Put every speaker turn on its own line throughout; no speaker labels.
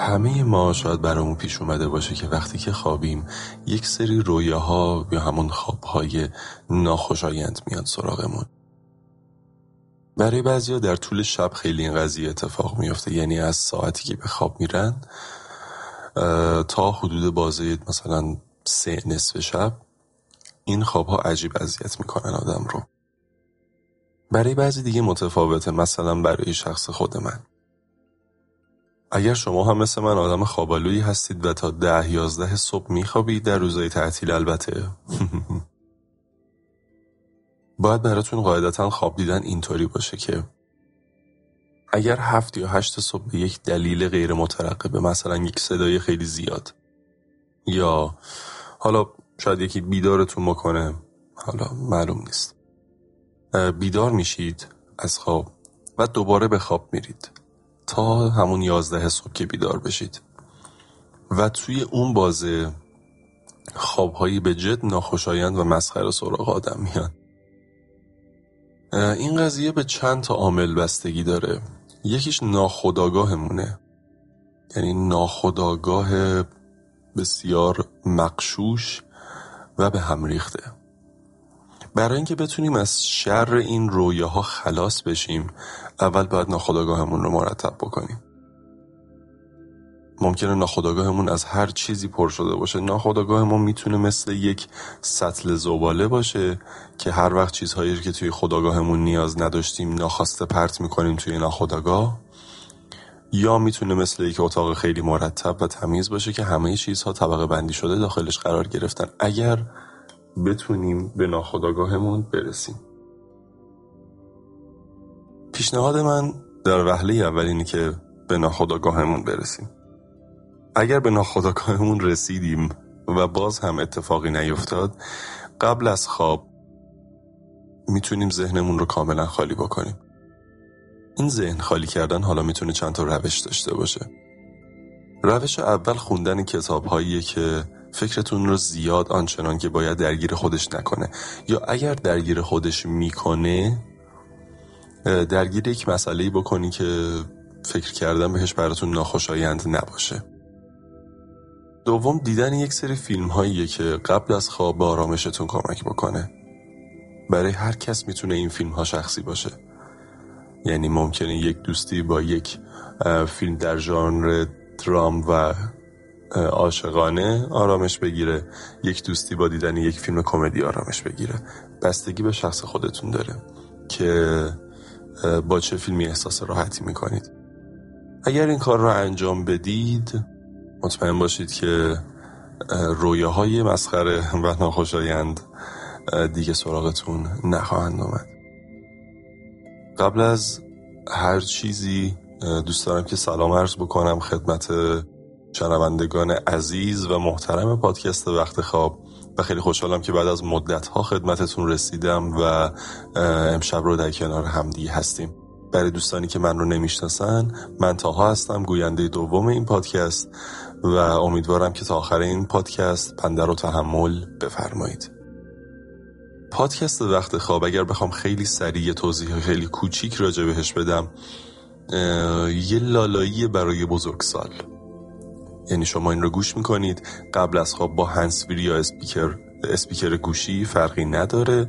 همه ما شاید برامون پیش اومده باشه که وقتی که خوابیم یک سری رویاها یا همون خوابهای ناخوشایند میاد سراغمون. برای بعضیا در طول شب خیلی این قضیه اتفاق میفته، یعنی از ساعتی که به خواب میرن تا حدود بازه مثلا 3 نصف شب این خوابها عجیب اذیت میکنن آدم رو. برای بعضی دیگه متفاوته، مثلا برای شخص خود من. اگر شما هم مثل من آدم خوابالویی هستید و تا 10-11 صبح میخوابید در روزهای تعطیل، البته باید براتون قاعدتا خواب دیدن اینطوری باشه که اگر 7 یا 8 صبح به یک دلیل غیر مترقبه، مثلا یک صدای خیلی زیاد یا حالا شاید یکی بیدارتون بکنه، حالا معلوم نیست، بیدار میشید از خواب و دوباره به خواب میرید تا همون 11 صبح که بیدار بشید و توی اون بازه خوابهایی به جد ناخوشایند و مسخره سراغ آدم میان. این قضیه به چند تا عامل بستگی داره. یکیش ناخودآگاهمونه، یعنی ناخودآگاه بسیار مغشوش و به هم ریخته. برای اینکه بتونیم از شر این رویاها خلاص بشیم اول باید ناخودآگاهمون رو مرتب بکنیم. ممکنه ناخودآگاهمون از هر چیزی پر شده باشه. ناخودآگاهمون میتونه مثل یک سطل زباله باشه که هر وقت چیزهایی که توی خودآگاهمون نیاز نداشتیم ناخواسته پرت میکنیم توی ناخودآگاه، یا میتونه مثل یک اتاق خیلی مرتب و تمیز باشه که همه چیزها طبقه بندی شده داخلش قرار گرفتن. اگر بتونیم به ناخودآگاهمون برسیم، پیشنهاد من در وهله اول اینه که به ناخودآگاهمون برسیم. اگر به ناخودآگاهمون رسیدیم و باز هم اتفاقی نیفتاد، قبل از خواب میتونیم ذهنمون رو کاملا خالی بکنیم. این ذهن خالی کردن حالا میتونه چند تا روش داشته باشه. روش اول خوندن کتاب‌هاییه که فکرتون رو زیاد آنچنان که باید درگیر خودش نکنه، یا اگر درگیر خودش میکنه درگیر یک مسئله‌ای بکنی که فکر کردن بهش براتون ناخوشایند نباشه. دوم، دیدن یک سری فیلم‌هاییه که قبل از خواب به آرامشتون کمک بکنه. برای هر کس میتونه این فیلم‌ها شخصی باشه. یعنی ممکنه یک دوستی با یک فیلم در ژانر درام و عاشقانه آرامش بگیره، یک دوستی با دیدن یک فیلم کمدی آرامش بگیره. بستگی به شخص خودتون داره که با چه فیلمی احساس راحتی میکنید. اگر این کار را انجام بدید مطمئن باشید که رویاهای مسخره و ناخوشایند دیگه سراغتون نخواهند آمد. قبل از هر چیزی دوست دارم که سلام عرض بکنم خدمت شنوندگان عزیز و محترم پادکست وقت خواب و خیلی خوشحالم که بعد از مدت‌ها خدمتتون رسیدم و امشب رو در کنار همدیگه هستیم. برای دوستانی که من رو نمیشناسن، من تاها هستم، گوینده دوم این پادکست و امیدوارم که تا آخر این پادکست پنده رو تحمل بفرمایید. پادکست وقت خواب، اگر بخوام خیلی سریع توضیح خیلی کوچیک راجع بهش بدم، یه لالایی برای بزرگسال. یعنی شما این رو گوش میکنید قبل از خواب با هندزفری یا اسپیکر گوشی، فرقی نداره،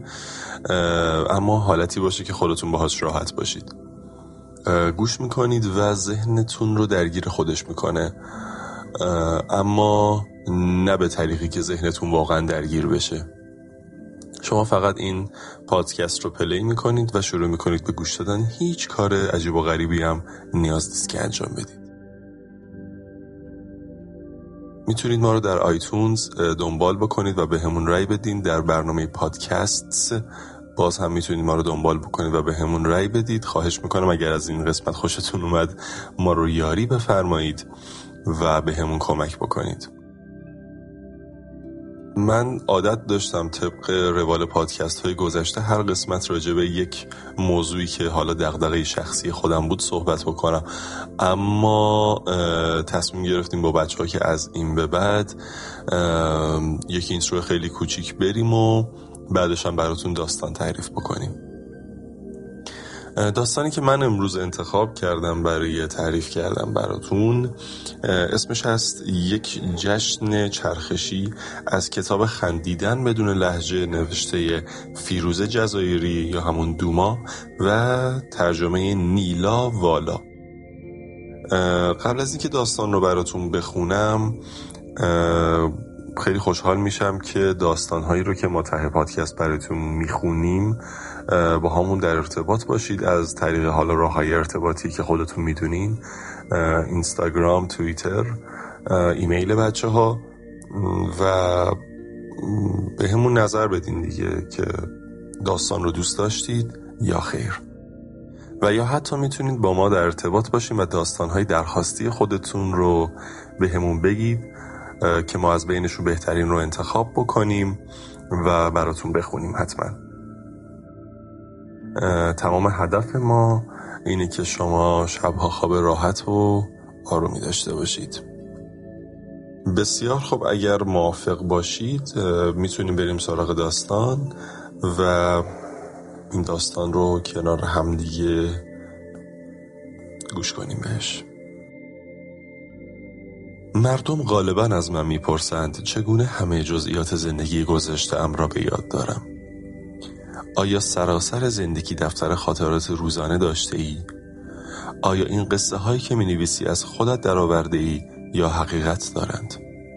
اما حالتی باشه که خودتون باهاش راحت باشید. گوش میکنید و ذهنتون رو درگیر خودش میکنه، اما نه به طریقی که ذهنتون واقعا درگیر بشه. شما فقط این پادکست رو پلی میکنید و شروع میکنید به گوش دادن. هیچ کار عجیب و غریبی هم نیاز نیست که انجام بدید. میتونید ما رو در آیتونز دنبال بکنید و به همون رای بدین. در برنامه پادکست باز هم میتونید ما رو دنبال بکنید و به همون رای بدید. خواهش میکنم اگر از این قسمت خوشتون اومد ما رو یاری بفرمایید و به همون کمک بکنید. من عادت داشتم طبق روال پادکست های گذشته هر قسمت راجع به یک موضوعی که حالا دغدغه شخصی خودم بود صحبت بکنم، اما تصمیم گرفتیم با بچه‌ها که از این به بعد یک اینترو خیلی کوچیک بریم و بعدش هم براتون داستان تعریف بکنیم. داستانی که من امروز انتخاب کردم برای تعریف کردم براتون اسمش هست یک جشن چرخشی از کتاب خندیدن بدون لهجه نوشته فیروزه جزایری یا همون دوما و ترجمه نیلا والا. قبل از اینکه داستان رو براتون بخونم خیلی خوشحال میشم که داستانهایی رو که ما ته پادکست براتون میخونیم با همون در ارتباط باشید از طریق حالا راههای ارتباطی که خودتون میدونین، اینستاگرام، توییتر، ایمیل بچه ها، و به همون نظر بدین دیگه که داستان رو دوست داشتید یا خیر، و یا حتی میتونید با ما در ارتباط باشین و داستانهای درخواستی خودتون رو به همون بگید که ما از بینشون بهترین رو انتخاب بکنیم و براتون بخونیم. حتما تمام هدف ما اینه که شما شبها خواب راحت و آرومی داشته باشید. بسیار خب، اگر موافق باشید میتونیم بریم سراغ داستان و این داستان رو کنار همدیگه گوش کنیم بهش. مردم غالباً از من میپرسند چگونه همه جزئیات زندگی گذشته‌ام را به یاد دارم. آیا سراسر زندگی دفتر خاطرات روزانه داشته ای؟ آیا این قصه هایی که می نویسی از خودت درآورده ای یا حقیقت دارند؟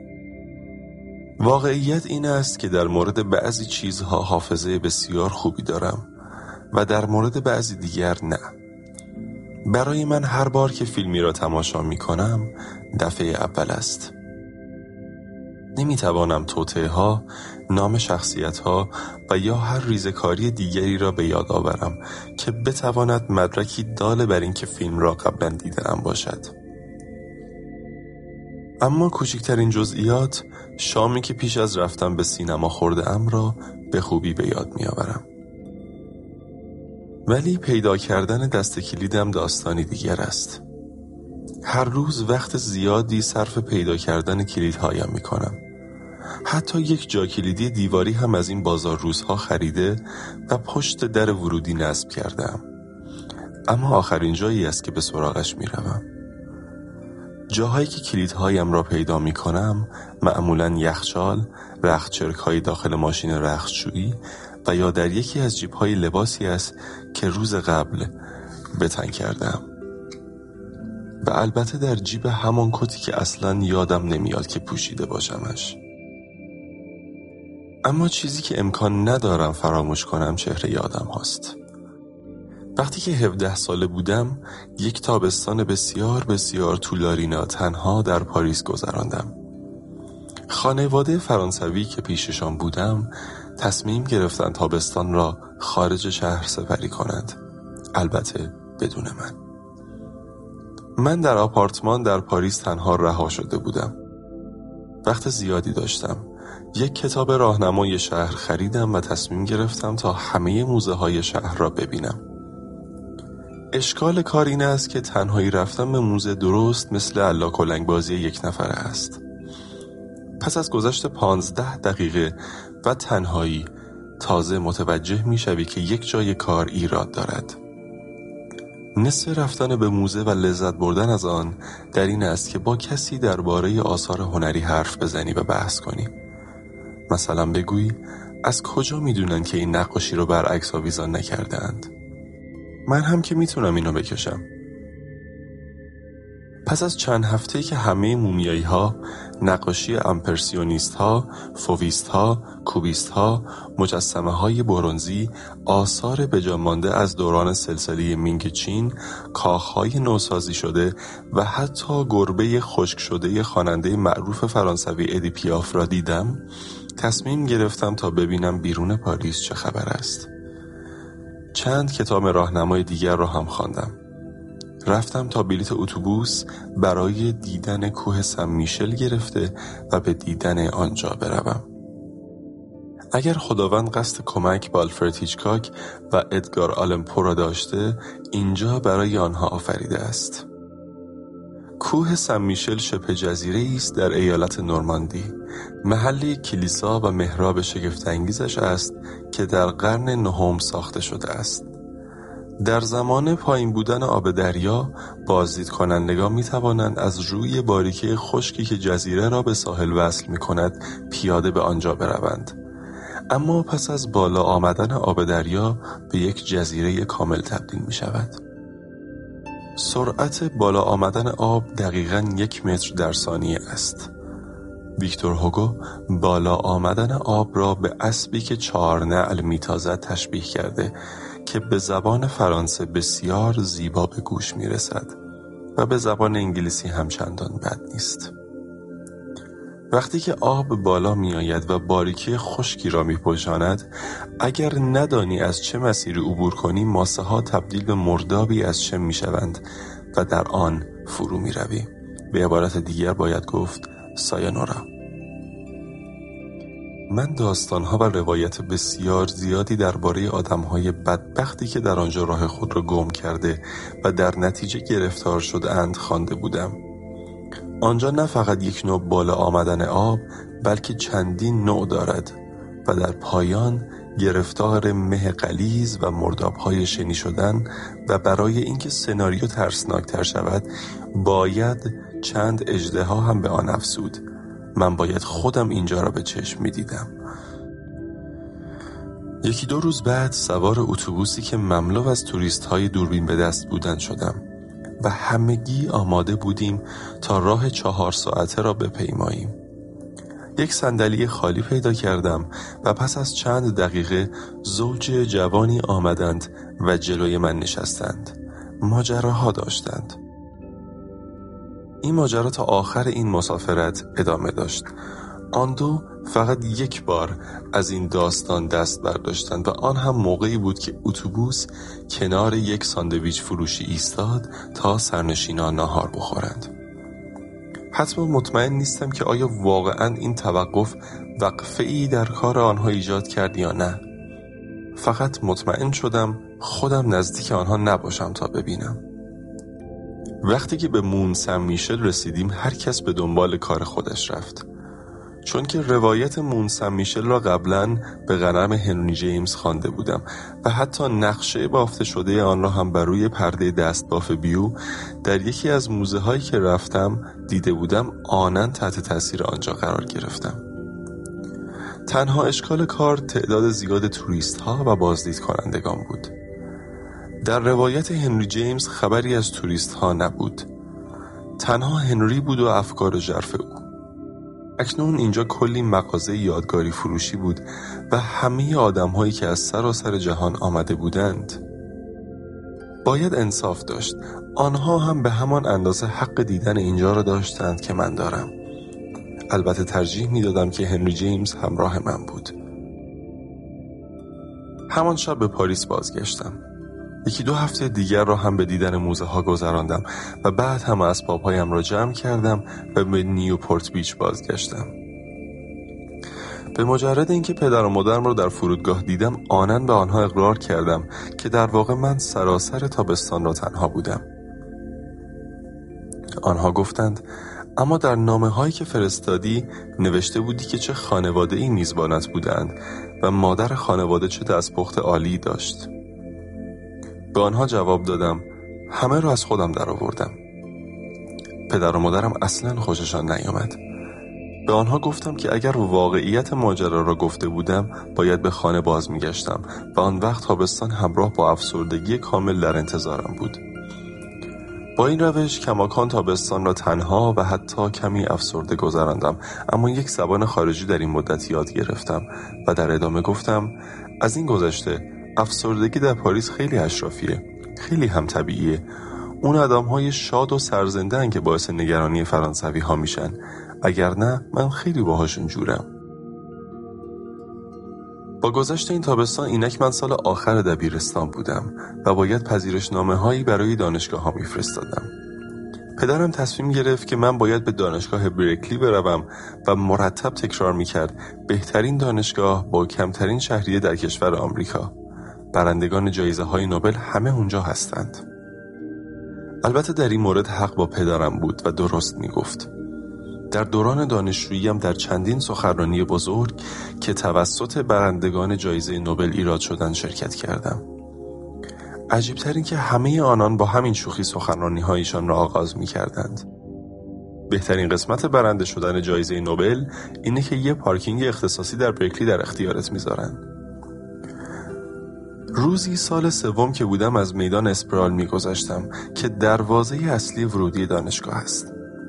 واقعیت این است که در مورد بعضی چیزها حافظه بسیار خوبی دارم و در مورد بعضی دیگر نه. برای من هر بار که فیلمی را تماشا می کنم دفعه اول است. نمی توانم توطئه ها، نام شخصیت ها و یا هر ریزکاری دیگری را به یاد آورم که بتواند مدرکی دال بر این که فیلم را قبلا دیدم باشد. اما کوچکترین جزئیات، شامی که پیش از رفتن به سینما خورده ام را به خوبی به یاد می آورم. ولی پیدا کردن دست کلیدم داستانی دیگر است. هر روز وقت زیادی صرف پیدا کردن کلیدهایم می کنم. حتی یک جا کلیدی دیواری هم از این بازار روزها خریده و پشت در ورودی نصب کردم. اما آخرین جایی است که به سراغش می روم. جاهایی که کلیدهایم را پیدا می کنم معمولاً یخچال، رختچرک‌های داخل ماشین رختشویی و یا در یکی از جیب‌های لباسی است که روز قبل به تن کردم. و البته در جیب همان کتی که اصلاً یادم نمیاد که پوشیده باشمش. اما چیزی که امکان ندارم فراموش کنم چهره یادم هاست. وقتی که 17 ساله بودم یک تابستان بسیار بسیار طولانی تنها در پاریس گذراندم. خانواده فرانسوی که پیششان بودم تصمیم گرفتند تابستان را خارج شهر سپری کنند. البته بدون من. من در آپارتمان در پاریس تنها رها شده بودم. وقت زیادی داشتم. یک کتاب راهنمای شهر خریدم و تصمیم گرفتم تا همه موزه های شهر را ببینم. اشکال کار این است که تنهایی رفتن به موزه درست مثل الاکلنگ بازی یک نفره است. پس از گذشت 15 دقیقه و تنهایی تازه متوجه می شوی که یک جای کار ایراد دارد. نصف رفتن به موزه و لذت بردن از آن در این است که با کسی درباره آثار هنری حرف بزنی و بحث کنی. مثلا بگویی از کجا میدونن که این نقاشی رو برعکس آویزان نکردند؟ من هم که میتونم اینو بکشم. پس از چند هفته‌ای که همه مومیایی ها، نقاشی امپرسیونیست ها، فوویست ها، کوبیست ها، مجسمه های برنزی، آثار بجامانده از دوران سلسله مینگ چین، کاخهای نوسازی شده و حتی گربه خشک شده خواننده معروف فرانسوی ادی پیاف را دیدم، تصمیم گرفتم تا ببینم بیرون پاریس چه خبر است. چند کتاب راهنمای دیگر را هم خواندم. رفتم تا بلیط اتوبوس برای دیدن کوه سن میشل گرفته و به دیدن آنجا بروم. اگر خداوند قصد کمک به آلفرد هیچکاک و ادگار آلن پو را داشته، اینجا برای آنها آفریده است. کوه سن میشل شبه جزیره است در ایالت نورماندی، محلی کلیسا و محراب شگفت‌انگیزش است که در قرن 9 ساخته شده است. در زمان پایین بودن آب دریا، بازدید کنندگان می توانند از روی باریکه خشکی که جزیره را به ساحل وصل می کند پیاده به آنجا بروند. اما پس از بالا آمدن آب دریا به یک جزیره کامل تبدیل می شود. سرعت بالا آمدن آب دقیقاً 1 متر در ثانیه است. ویکتور هوگو بالا آمدن آب را به اسبی که 4 نعل میتازد تشبیه کرده که به زبان فرانسه بسیار زیبا به گوش میرسد و به زبان انگلیسی هم چندان بد نیست. وقتی که آب بالا می آید و باریکی خشکی را می پوشاند، اگر ندانی از چه مسیری عبور کنی، ماسه ها تبدیل به مردابی از شم می شوند و در آن فرو می روی. به عبارت دیگر باید گفت سایانورا. من داستانها و روایت بسیار زیادی درباره آدمهای بدبختی که در آنجا راه خود را گم کرده و در نتیجه گرفتار شده‌اند خوانده بودم. آنجا نه فقط یک نوع بالا آمدن آب، بلکه چندین نوع دارد و در پایان گرفتار مه غلیظ و مرداب‌های شنی شدن و برای اینکه سناریو ترسناکتر شود باید چند اژدها هم به آن افزود. من باید خودم اینجا را به چشم می دیدم. 1-2 روز بعد سوار اتوبوسی که مملو از توریست های دوربین به دست بودن شدم و همگی آماده بودیم تا راه 4 ساعته را بپیماییم. یک صندلی خالی پیدا کردم و پس از چند دقیقه زوج جوانی آمدند و جلوی من نشستند. ماجراها داشتند. این ماجرا تا آخر این مسافرت ادامه داشت. آن دو فقط 1 بار از این داستان دست برداشتند و آن هم موقعی بود که اتوبوس کنار یک ساندویچ فروشی ایستاد تا سرنشینان ناهار بخورند. حتما مطمئن نیستم که آیا واقعا این توقف وقفه‌ای در کار آنها ایجاد کرد یا نه. فقط مطمئن شدم خودم نزدیک آنها نباشم تا ببینم. وقتی که به مون سن میشل رسیدیم هر کس به دنبال کار خودش رفت. چون که روایت مون سن میشل را قبلا به قلم هنری جیمز خوانده بودم و حتی نقشه بافته شده آن را هم بر روی پرده دستباف بیو در یکی از موزه هایی که رفتم دیده بودم، آنن تحت تاثیر آنجا قرار گرفتم. تنها اشکال کار تعداد زیاد توریست ها و بازدید کنندگان بود. در روایت هنری جیمز خبری از توریست ها نبود. تنها هنری بود و افکار ژرف او. اکنون اینجا کلی مغازه یادگاری فروشی بود و همه آدم هایی که از سراسر جهان آمده بودند. باید انصاف داشت. آنها هم به همان اندازه حق دیدن اینجا را داشتند که من دارم. البته ترجیح می دادم که هنری جیمز همراه من بود. همان شب به پاریس بازگشتم. 1-2 هفته دیگر را هم به دیدن موزه ها گذراندم و بعد هم اسباب‌هایم را جمع کردم و به نیوپورت بیچ بازگشتم. به مجرد اینکه پدر و مادرم را در فرودگاه دیدم، آنن به آنها اقرار کردم که در واقع من سراسر تابستان را تنها بودم. آنها گفتند اما در نامه‌هایی که فرستادی نوشته بودی که چه خانواده‌ای میزبانت بودند و مادر خانواده چه دستپخت عالی داشت. به آنها جواب دادم همه رو از خودم در آوردم. پدر و مادرم اصلاً خوششان نیامد. به آنها گفتم که اگر واقعیت ماجرا را گفته بودم باید به خانه باز میگشتم و آن وقت تابستان همراه با افسردگی کامل در انتظارم بود. با این روش کماکان تابستان را تنها و حتی کمی افسرده گذراندم، اما یک زبان خارجی در این مدت یاد گرفتم و در ادامه گفتم از این گذشته افسردگی در پاریس خیلی اشرافیه، خیلی هم طبیعیه. اون آدم‌های شاد و سرزنده‌ان که باعث نگرانی فرانسوی ها میشن. اگر نه من خیلی باهاشون جورم. با گذشت این تابستان اینک من سال آخر دبیرستان بودم و باید پذیرشنامه‌هایی برای دانشگاه ها میفرستادم. پدرم تصمیم گرفت که من باید به دانشگاه برکلی بروم و مرتب تکرار میکرد بهترین دانشگاه با کمترین شهریه در کشور آمریکا. برندگان جایزه های نوبل همه اونجا هستند. البته در این مورد حق با پدرم بود و درست میگفت. در دوران دانشجوییم در چندین سخنرانی بزرگ که توسط برندگان جایزه نوبل ایراد شدن شرکت کردم. عجیبتر این که همه آنان با همین شوخی سخنرانی هایشان را آغاز می کردند. بهترین قسمت برنده شدن جایزه نوبل اینه که یه پارکینگ اختصاصی در برکلی در اختیارت میذارن. روزی سال سوم که بودم از میدان اسپرال میگذشتم که دروازه اصلی ورودی دانشگاه است.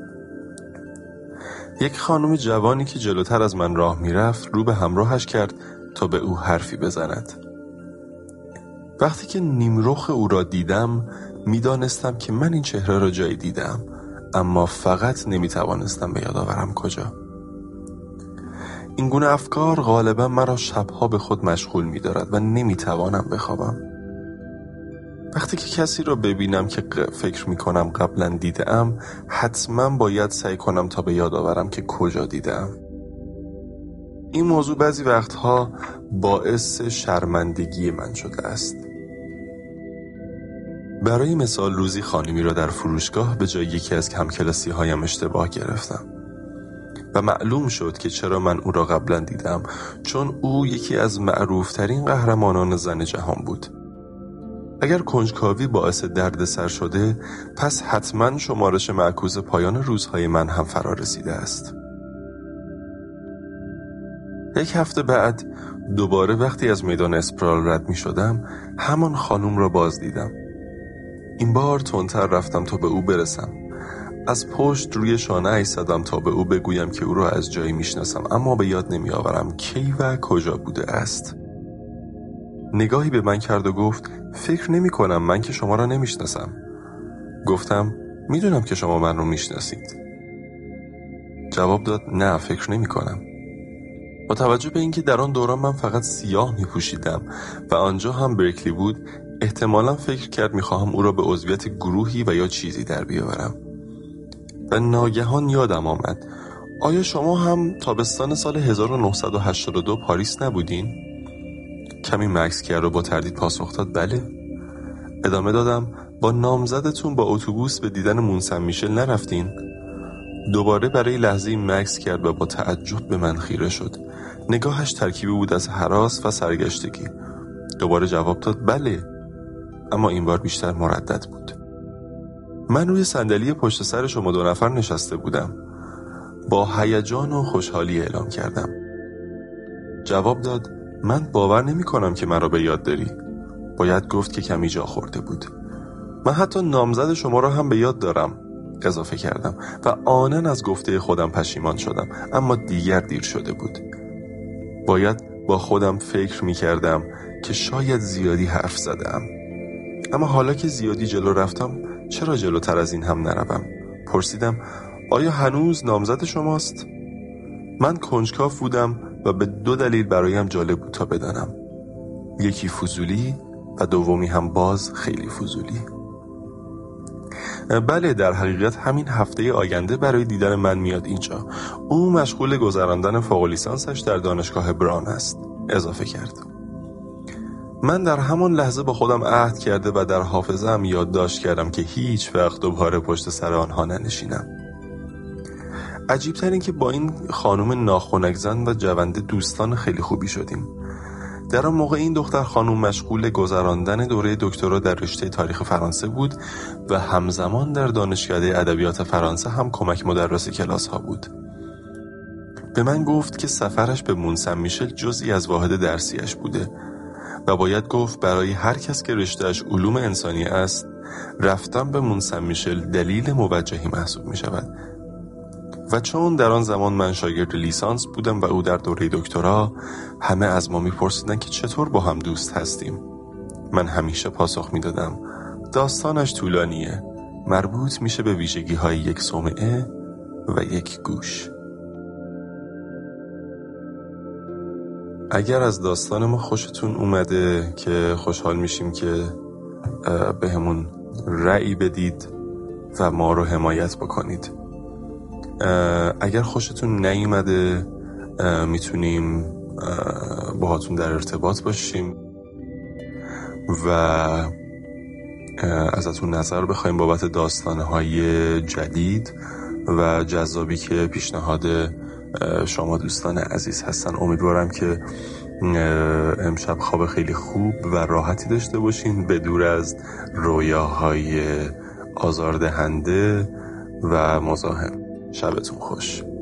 یک خانم جوانی که جلوتر از من راه میرفت رو به همراهش کرد تا به او حرفی بزند. وقتی که نیمرخ او را دیدم میدانستم که من این چهره را جایی دیدم، اما فقط نمیتوانستم به یاد آورم کجا. این گونه افکار غالبا مرا شبها به خود مشغول می‌دارد و نمیتوانم بخوابم. وقتی که کسی را ببینم که فکر میکنم قبلا دیدم، حتما باید سعی کنم تا به یاد آورم که کجا دیدم. این موضوع بعضی وقتها باعث شرمندگی من شده است. برای مثال روزی خانمی را در فروشگاه به جای یکی از همکلاسی هایم اشتباه گرفتم و معلوم شد که چرا من او را قبلا دیدم، چون او یکی از معروفترین قهرمانان زن جهان بود. اگر کنجکاوی باعث دردسر شده، پس حتما شمارش معکوس پایان روزهای من هم فرا رسیده است. یک هفته بعد دوباره وقتی از میدان اسپرال رد می شدم، همان خانم را باز دیدم. این بار تندتر رفتم تا به او برسم. از پشت روی شانه‌اش زدم تا به او بگویم که او را از جایی میشناسم، اما به یاد نمیآورم کی و کجا بوده است. نگاهی به من کرد و گفت فکر نمی کنم، من که شما را نمیشناسم. گفتم میدونم که شما من رو میشناسید. جواب داد نه، فکر نمی کنم. با توجه به اینکه در آن دوران من فقط سیاه می پوشیدم و آنجا هم برکلی بود، احتمالا فکر کرد میخواهم او را به عضویت گروهی و یا چیزی در بیاورم. و ناگهان یادم آمد، آیا شما هم تابستان سال 1982 پاریس نبودین؟ کمی مکث کرد و با تردید پاسخ داد بله. ادامه دادم با نامزدتون با اتوبوس به دیدن مونسن میشل نرفتین؟ دوباره برای لحظه‌ای مکث کرد و با تعجب به من خیره شد. نگاهش ترکیبی بود از هراس و سرگشتگی. دوباره جواب داد بله، اما این بار بیشتر مردد بود. من روی صندلی پشت سر شما دو نفر نشسته بودم. با هیجان و خوشحالی اعلام کردم. جواب داد من باور نمی کنم که من را به یاد داری. باید گفت که کمی جا خورده بود. من حتی نامزد شما را هم به یاد دارم، اضافه کردم و آنن از گفته خودم پشیمان شدم، اما دیگر دیر شده بود. باید با خودم فکر می کردم که شاید زیادی حرف زدم، اما حالا که زیادی جلو رفتم چرا جلوتر از این هم نروم؟ پرسیدم آیا هنوز نامزد شماست؟ من کنجکاو بودم و به دو دلیل برایم جالب بود تا بدانم. یکی فضولی و دومی هم باز خیلی فضولی. بله، در حقیقت همین هفته آینده برای دیدن من میاد اینجا. او مشغول گذراندن فوق لیسانسش در دانشگاه براون است، اضافه کرد. من در همان لحظه با خودم عهد کرده و در حافظه‌ام یادداشت کردم که هیچ وقت دوباره پشت سر آنها ننشینم. عجیب‌تر این که با این خانم ناخنک زن و جونده دوستان خیلی خوبی شدیم. در آن موقع این دختر خانم مشغول گذراندن دوره دکترا در رشته تاریخ فرانسه بود و همزمان در دانشکده ادبیات فرانسه هم کمک مدرس کلاس ها بود. به من گفت که سفرش به مونسن میشل جزئی از واحد درسیش بوده و باید گفت برای هر کس که رشتهش علوم انسانی است، رفتن به مونسن میشل دلیل موجهی محسوب می شود. و چون در آن زمان من شاگرد لیسانس بودم و او در دوره دکترا، همه از ما میپرسیدن که چطور با هم دوست هستیم. من همیشه پاسخ میدادم داستانش طولانیه، مربوط میشه به ویژگی های یک صومعه و یک گوش. اگر از داستان ما خوشتون اومده که خوشحال میشیم که به همون رأی بدید و ما رو حمایت بکنید. اگر خوشتون نیومده میتونیم باهاتون در ارتباط باشیم و ازتون نظر بخوایم بابت داستانهای جدید و جذابی که پیشنهاد شما دوستان عزیز هستن. امیدوارم که امشب خواب خیلی خوب و راحتی داشته باشین، به دور از رویاهای آزاردهنده و مزاحم. شبتون خوش.